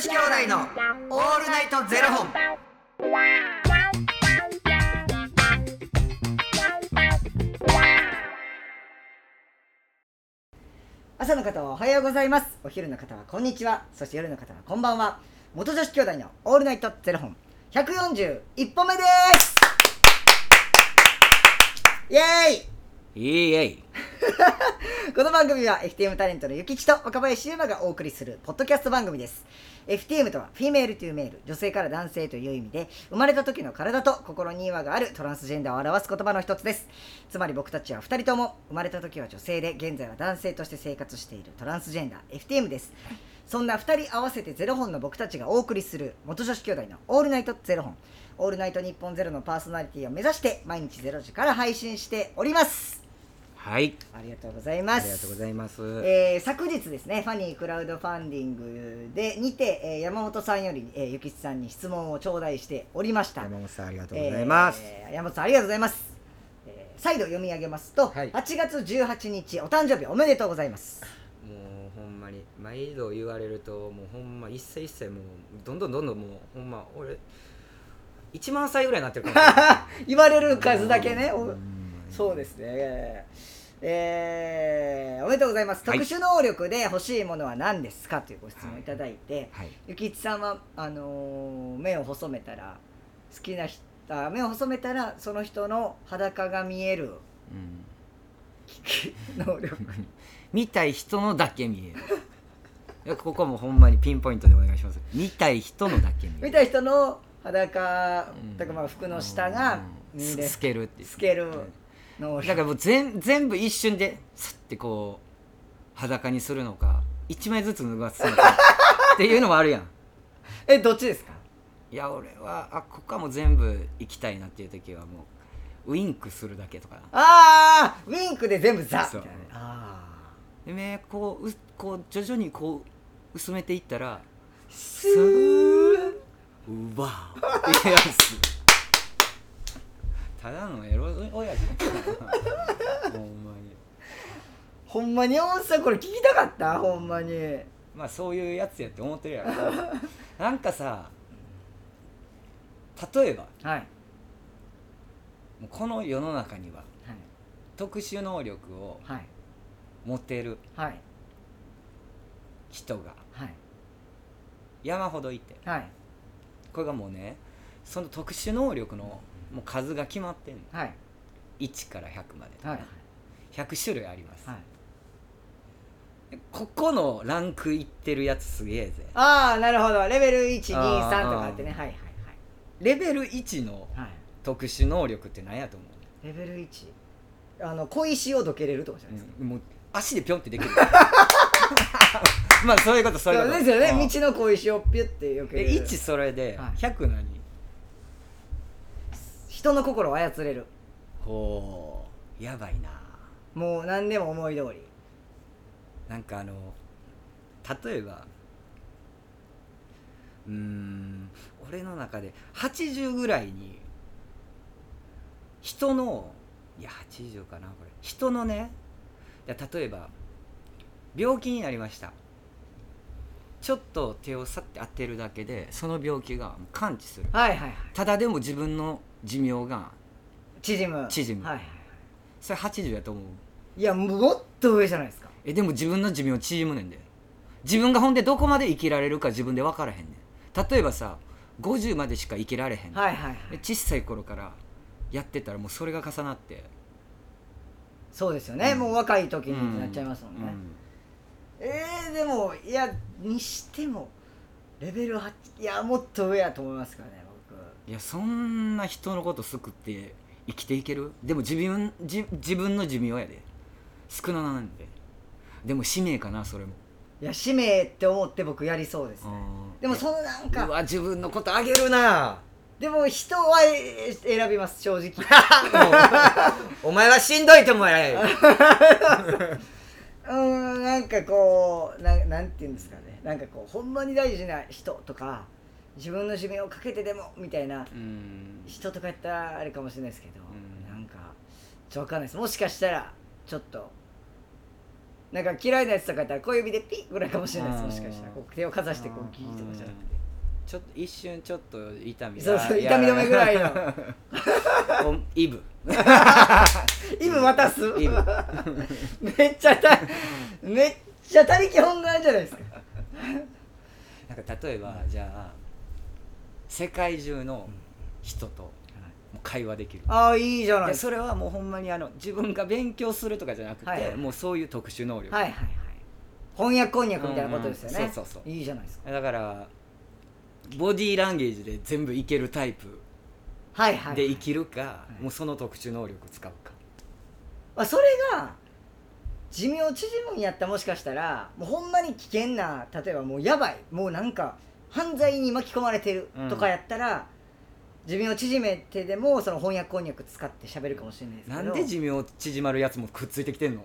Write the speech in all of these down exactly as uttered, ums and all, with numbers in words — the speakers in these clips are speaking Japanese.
子兄弟のオールナイトゼロ本。朝の方はおはようございます。お昼の方はこんにちは。そして夜の方はこんばんは。元女子兄弟のオールナイトゼロ本ひゃくよんじゅういっぽんめです。イエーイイエイこの番組は エフティーエム タレントのゆきちと若林優馬がお送りするポッドキャスト番組です。 エフティーエム とはフィメールというメール、女性から男性という意味で、生まれた時の体と心に違和があるトランスジェンダーを表す言葉の一つです。つまり僕たちはふたりとも生まれた時は女性で現在は男性として生活しているトランスジェンダー エフティーエム です。そんなふたり合わせてゼロ本の僕たちがお送りする元女子兄弟のオールナイトゼロ本、オールナイト日本ゼロのパーソナリティを目指して毎日ゼロ時から配信しております。 はい、 ありがとうございます。 ありがとうございます。 えー、昨日ですね、ファニークラウドファンディングでにて、えー、山本さんより、えー、ゆきちさんに質問を頂戴しておりました。 山本さんありがとうございます。 えー、山本さんありがとうございます。えー、再度読み上げますと、はい、はちがつじゅうはちにちお誕生日おめでとうございます。 もうほんまに毎度言われると、もうほんま一歳一歳もうどんどんどんどんもうほんま俺いちまんさいぐらいになってるかもしれない言われる数だけね。そうですね。えー、おめでとうございます、はい、特殊能力で欲しいものは何ですかというご質問いただいて、はいはい、ゆきちさんはあのー、目を細めたら好きな人あ目を細めたらその人の裸が見える、うん、能力見たい人のだけ見えるここもほんまにピンポイントでお願いします。見たい人のだけ見える、 見たい人の裸、うん、とかまあ服の下が見える、 透けるっていう透ける、うんだからもう 全, 全部一瞬でスッてこう裸にするのかいちまいずつ脱がすのかっていうのもあるやん。 えどっちですか？ いや俺はあここはもう全部行きたいなっていう時はもうウインクするだけとか。 ああウインクで全部ザみたいな。あで目こううこう徐々にこう薄めていったらスーうわーいやつただのエロ親父ほんまにほんまに山本さんこれ聞きたかった？ほんまにまあそういうやつやって思ってるやろなんかさ例えば、はい、もうこの世の中には、はい、特殊能力を持てる人が山ほどいて、はい、これがもうねその特殊能力のもう数が決まってんの、はい、いちからひゃくまでとか、はい、ひゃくしゅるいあります、はい、ここのランクいってるやつすげえぜ。 ああなるほどレベルいち、に、さんとかあってね。はいはいはい。 レベルいちの特殊能力って何やと思う？ レベルいちあの小石をどけれるとかじゃないですか、 うん、もう足でピョンってできるまあそういうことそういうことですよね。道の小石をピュッてよけれる。 いちそれで、はい、ひゃく何？ 人の心を操れる。 ほうやばいな。 もう何でも思い通り。 なんかあの例えばうーん俺の中ではちじゅうぐらいに人のいやはちじゅうかなこれ人のねいや例えば病気になりました。ちょっと手をさって当てるだけでその病気が完治する、 はいはいはい、 ただでも自分の寿命が縮む縮む、 はいはいはい、 それはちじゅうやと思う。 いやもっと上じゃないですか。 えでも自分の寿命縮むねんで。自分がほんでどこまで生きられるか自分で分からへんねん。例えばさごじゅうまでしか生きられへん、 はいはいはい、 小さい頃からやってたらもうそれが重なってそうですよね、うん、もう若い時になっちゃいますもんね、うんうん、えー、でもいやにしてもレベルはちいやもっと上やと思いますからね僕。 いやそんな人のこと救って生きていける？でも自分 自, 自分の寿命やで少ななんで。でも使命かなそれも。 いや使命って思って僕やりそうですね。でもそのなんかうわ自分のことあげるな。 でも人は選びます正直お前はしんどいと思えうんなんかこう な, なんていうんですかねなんかこうほんまに大事な人とか自分の寿命をかけてでもみたいな人とかやったらあれかもしれないですけど、うんなんかちょっと分かんないです。もしかしたらちょっとなんか嫌いなやつとかやったら小指でピッぐらいかもしれないです。もしかしたらこう手をかざしてこうギーとかじゃなくてちょっと一瞬ちょっと痛みそうそう痛み止めぐらいのイブイブ渡すイブめっちゃためっちゃ他力本願じゃないですか。 なんか例えばじゃあ世界中の人ともう会話できる、 ああいいじゃないですか。 それはもうほんまにあの自分が勉強するとかじゃなくて、はいはい、もうそういう特殊能力、 はいはいはい、翻訳こんにゃくみたいなことですよね、うんうん、 そうそうそういいじゃないですか。 だからボディーランゲージで全部いけるタイプで生きるか、はいはいはい、もうその特殊能力を使うか、 まあ、それが寿命縮むんやったらもしかしたらもうほんまに危険な、例えばもうやばいもうなんか犯罪に巻き込まれてるとかやったら、うん、寿命縮めてでもその翻訳こんにゃく使って喋るかもしれないですけど、 なんで寿命縮まるやつもくっついてきてんの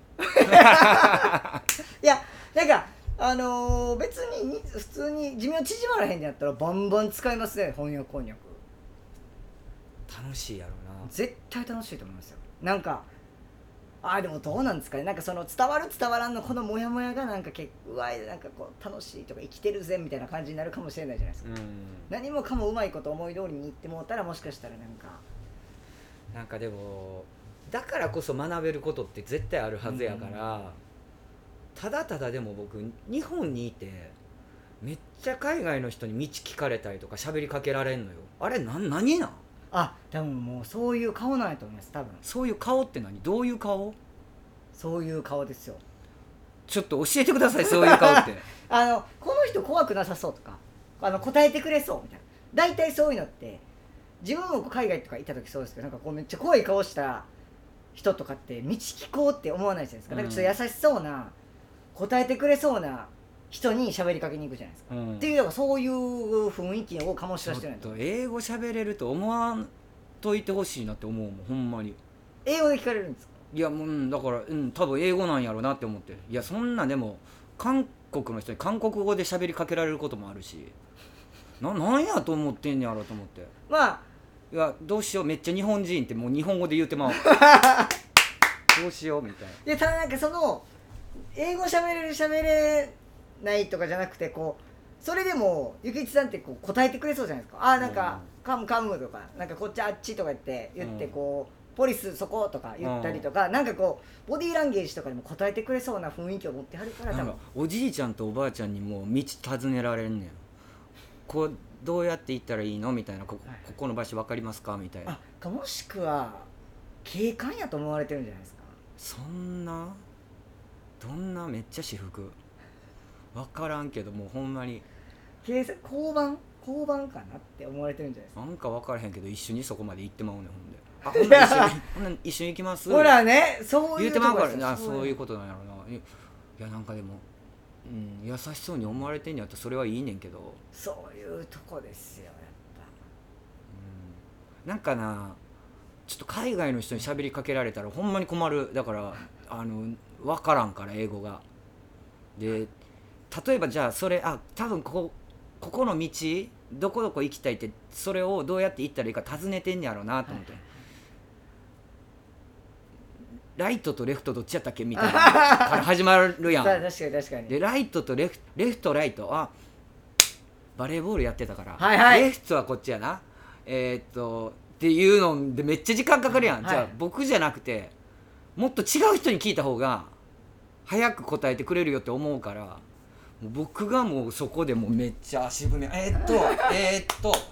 いやなんかあのー、別に普通に寿命縮まらへんでやったらバンバン使いますね翻訳こんにゃく。 楽しいやろな。 絶対楽しいと思いますよ。なんかあーでもどうなんですかね、なんかその伝わる伝わらんのこのモヤモヤがなんか結構うわいなんかこう楽しいとか生きてるぜみたいな感じになるかもしれないじゃないですか、うん、何もかもうまいこと思い通りにいってもうたらもしかしたらなんかなんかでもだからこそ学べることって絶対あるはずやから、うん、ただただでも僕日本にいてめっちゃ海外の人に道聞かれたりとか喋りかけられんのよ。あれな何なん？ あ、多分もうそういう顔なんやと思います。多分そういう顔って何？どういう顔？ そういう顔ですよ。 ちょっと教えてくださいそういう顔ってあのこの人怖くなさそうとかあの答えてくれそうみたいな、大体そういうのって自分も海外とか行った時そうですけど、なんかこうめっちゃ怖い顔した人とかって道聞こうって思わないじゃないですか。なんかちょっと優しそうな答えてくれそうな人に喋りかけに行くじゃないですか、うん、っていうのがそういう雰囲気を醸し出してないと。 ちょっと英語喋れると思わんといてほしいなって思うもんほんまに。 英語で聞かれるんですか？ いやもうだからうん多分英語なんやろうなって思って。いやそんなでも韓国の人に韓国語で喋りかけられることもあるしな、なんやと思ってんねやろと思って。 まあいやどうしようめっちゃ日本人ってもう日本語で言うてまうどうしようみたいな。 いやただなんかその英語喋れる喋れないとかじゃなくてこうそれでもゆきいちさんってこう答えてくれそうじゃないですか。あーなんか、うん、カムカムとかなんかこっちあっちとか言って言ってこう、うん、ポリスそことか言ったりとか、うん、なんかこうボディーランゲージとかでも答えてくれそうな雰囲気を持ってはるから多分おじいちゃんとおばあちゃんにも道尋ねられんねん。こうどうやって行ったらいいのみたいな こ, ここの場所分かりますかみたいな。 あもしくは警官やと思われてるんじゃないですか。 そんなどんなめっちゃ私服分からんけどもうほんまに警察交番交番かなって思われてるんじゃないですか。 なんか分からへんけど一緒にそこまで行ってまうねん。ほんであほんな一緒にほんな一緒に行きますほらねそういう言うてまうからな。そういうことなんやろな。いやなんかでも、うん、優しそうに思われてんやったらそれはいいねんけどそういうとこですよやっぱ、 うん、なんかなちょっと海外の人に喋りかけられたらほんまに困る。だからあの分からんから英語が。で例えばじゃあそれあ多分ここここの道どこどこ行きたいってそれをどうやって行ったらいいか尋ねてんねやろうなと思って、はい、ライトとレフトどっちやったっけみたいなから始まるやん確かに確かに。 でライトとレフトレフトライトあバレーボールやってたから、 はいはい、 レフトはこっちやなえー、っとっていうのでめっちゃ時間かかるやん、はい、じゃあ僕じゃなくてもっと違う人に聞いた方が早く答えてくれるよって思うから、もう僕がもうそこでもうめっちゃ足踏みえー、っとえー、っと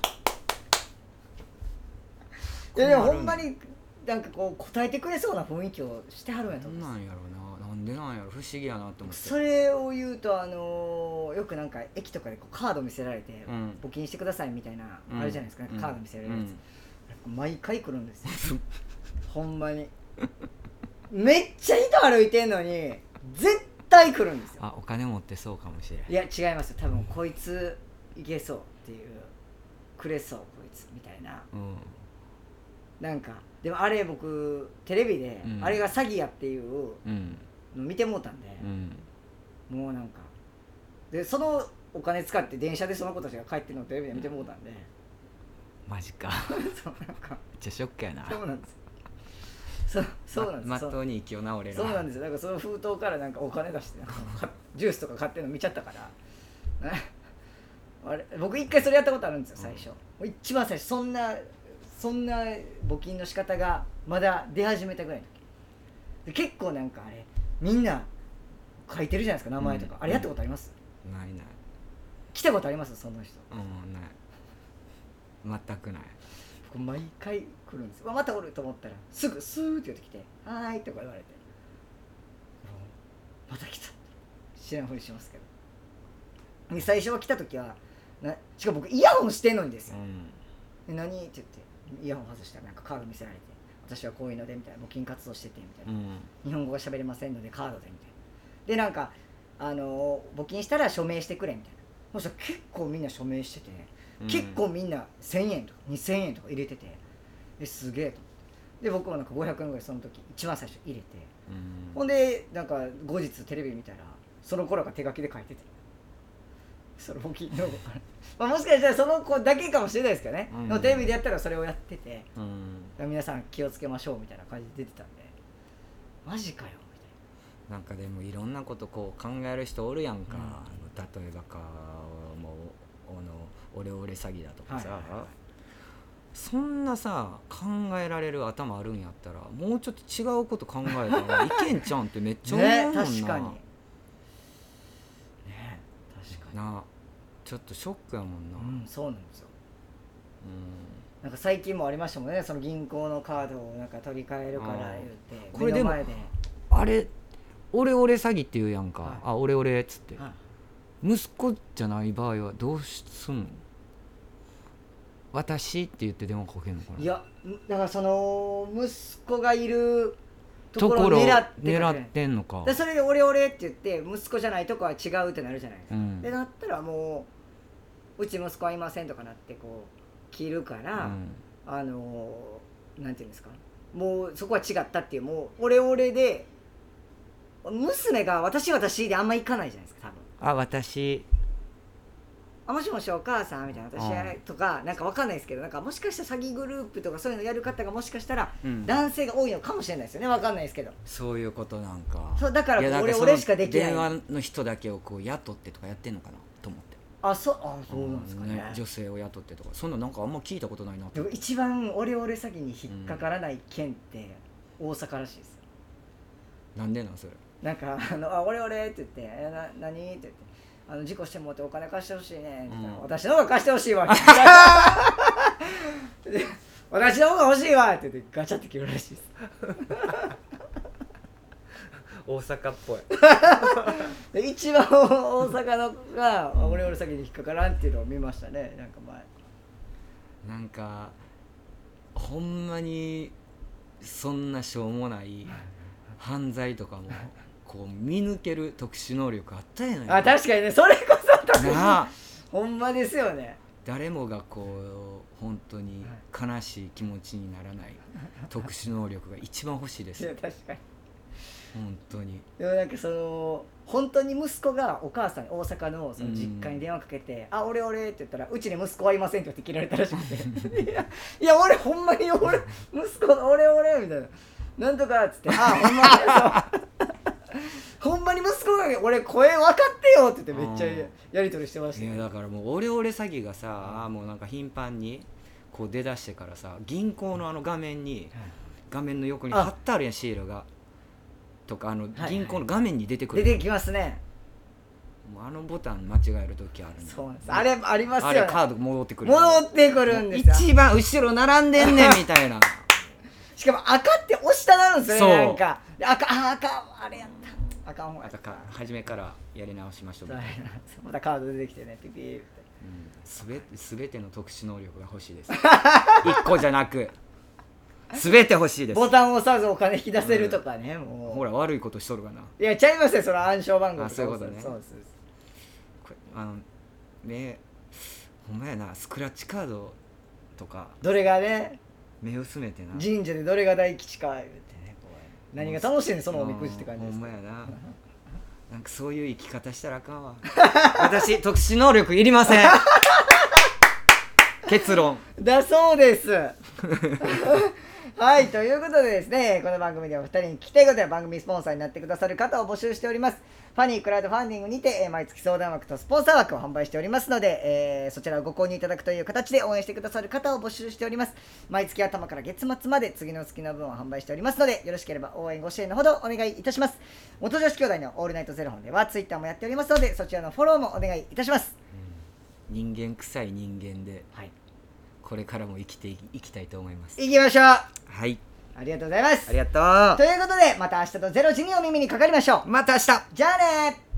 いやでもほんまになんかこう答えてくれそうな雰囲気をしてはるんやと思う。 なんなんやろな、なんでなんやろ不思議やなって思って。 それを言うとあのー、よくなんか駅とかでこうカード見せられて、うん、募金してくださいみたいな、うん、あるじゃないですか、なんかカード見せられるやつ、うん、毎回来るんですよほんまにめっちゃ人歩いてんのに絶対来るんですよ。 あお金持ってそうかもしれない。 いや違いますよ多分こいついけそうっていうくれそうこいつみたいな、うん、なんかでもあれ僕テレビで、うん、あれが詐欺やっていうの見てもうたんで、うん、もうなんかでそのお金使って電車でその子たちが帰ってるのをテレビで見てもうたんでマジかそうなんかめっちゃショックやな。 そうなんですそうそうなんです。 まっとうに息を治れる。 そうなんですよ。だからその封筒からなんかお金出してジュースとか買ってるの見ちゃったからあれ僕一回それやったことあるんですよ最初、うん、一番最初そんなそんな募金の仕方がまだ出始めたぐらいの時で結構なんかあれみんな書いてるじゃないですか名前とか、うん、あれやったことあります？ ないない。 来たことありますその人？ うんない全くない。 僕毎回来るんですよ。またおると思ったらすぐスーって寄ってきてはーいとか言われてまた来た知らんふりしますけどで最初は来た時はなしかも僕イヤホンしてんのにですよ、うん、で何って言ってイヤホン外したらなんかカード見せられて私はこういうのでみたいな募金活動しててみたいな、うん、日本語が喋れませんのでカードでみたいなでなんかあの募金したら署名してくれみたいなそしたら結構みんな署名してて、うん、結構みんなせんえんとかにせんえんとか入れててですげえと思ってで僕もなんかごひゃくえんぐらいその時一番最初入れて、うん、ほんでなんか後日テレビ見たらその頃が手書きで書いててその募金のまあもしかしたらその子だけかもしれないですけどね、うん、でもテレビでやったらそれをやってて、うん、皆さん気をつけましょうみたいな感じで出てたんでマジかよみたいな。 なんかでもいろんなことこう考える人おるやんか、うん、例えばかもうあのオレオレ詐欺だとかさ、はいはいはい、そんなさ考えられる頭あるんやったらもうちょっと違うこと考えたらいけんちゃうんってめっちゃ思うもんな、ね、確かになちょっとショックやもんな、 うん、そうなんですよ、うん、なんか最近もありましたもんねその銀行のカードをなんか取り替えるから言ってこれでもあれオレオレ詐欺って言うやんか、はい、あオレオレっつって、はい、息子じゃない場合はどうすんの？私って言って電話かけんのかな。 いやだからその息子がいるところを狙って、 狙ってんのか。 でそれでオレオレって言って息子じゃないとこは違うってなるじゃないですか、うん、でなったらもううち息子はいませんとかなってこう切るから、うん、あのなんていうんですかもうそこは違ったっていうもうオレオレで娘が私私であんま行かないじゃないですか多分。 あ私あもしもしお母さんみたいな私やとかなんかわかんないですけどなんかもしかしたら詐欺グループとかそういうのやる方がもしかしたら男性が多いのかもしれないですよねわかんないですけどそういうことなんかそうだから俺俺しかできない電話の人だけをこう雇ってとかやってんのかなと思ってあそあそうなんですかね、 ね女性を雇ってとかそんななんかあんま聞いたことないなでも一番オレオレ詐欺に引っかからない県って大阪らしいですよ、 うん、なんでなんそれなんかあのあオレオレって言ってえな何って言ってあの事故してもってお金貸してほしいね、うん、私の方が貸してほしいわ私の方が欲しいわって言ってガチャって切るらしいです大阪っぽい一番大阪のがオレオレ詐欺に引っかからんっていうのを見ましたねなんか前なんかほんまにそんなしょうもない犯罪とかもこう見抜ける特殊能力あったやないか。 あ確かにねそれこそなあほんまですよね。 誰もがこう本当に悲しい気持ちにならない特殊能力が一番欲しいです。 いや確かに本当に。 でもなんかその本当に息子がお母さんに大阪 の, その実家に電話かけて「うん、あ俺俺」って言ったら「うちに息子はいません」って言って切られたらしくていやいや俺ほんまに俺息子俺俺みたいななんとかっつって「あほんまにそう」ほんまに息子が俺声分かってよって言ってめっちゃやり取りしてました、ね、 いやだからもうオレオレ詐欺がさ、うん、もうなんか頻繁にこう出だしてからさ銀行のあの画面に、うん、画面の横に貼ってあるやんシールがとかあの銀行の画面に出てくる、 はいはい、出てきますね。 もうあのボタン間違える時あるんだ。 そうなんです。あれありますよね。 あれカード戻ってくる戻ってくるんですよ。 一番後ろ並んでんねんみたいなしかも赤って押したなるんですよねなんか赤あ赤あれやった赤もあか初めからやり直しましょうまたカード出てきてねピピーって、 うん、すべすべての特殊能力が欲しいですいっこじゃなくすべて欲しいです。 ボタンを押さずお金引き出せるとかね、うん、もうほら悪いことしとるかな。 いやちゃいますよその暗証番号とか。 あそういうことね。 そうですこれあの目ほんまやなスクラッチカードとかどれがね目薄めてな神社でどれが大吉か言ってねこう何が楽しいねそのおみくじって感じです。 ほんまやななんかそういう生き方したらあかんわ私特殊能力いりません結論だそうですはい、ということでですね、この番組ではふたりに聞きたいことや番組スポンサーになってくださる方を募集しております。ファニークラウドファンディングにて、えー毎月相談枠とスポンサー枠を販売しておりますので、えーそちらをご購入いただくという形で応援してくださる方を募集しております。毎月頭から月末まで次の月の分を販売しておりますので、よろしければ応援ご支援のほどお願いいたします。元女子兄弟のオールナイトゼロ本ではツイッターもやっておりますので、そちらのフォローもお願いいたします。 人間臭い人間で、 はい、 これからも生きていきたいと思います。 いきましょう。 はい、 ありがとうございます。 ありがとう。 ということで、また明日とゼロ時にお耳にかかりましょう。 また明日。 じゃあねー。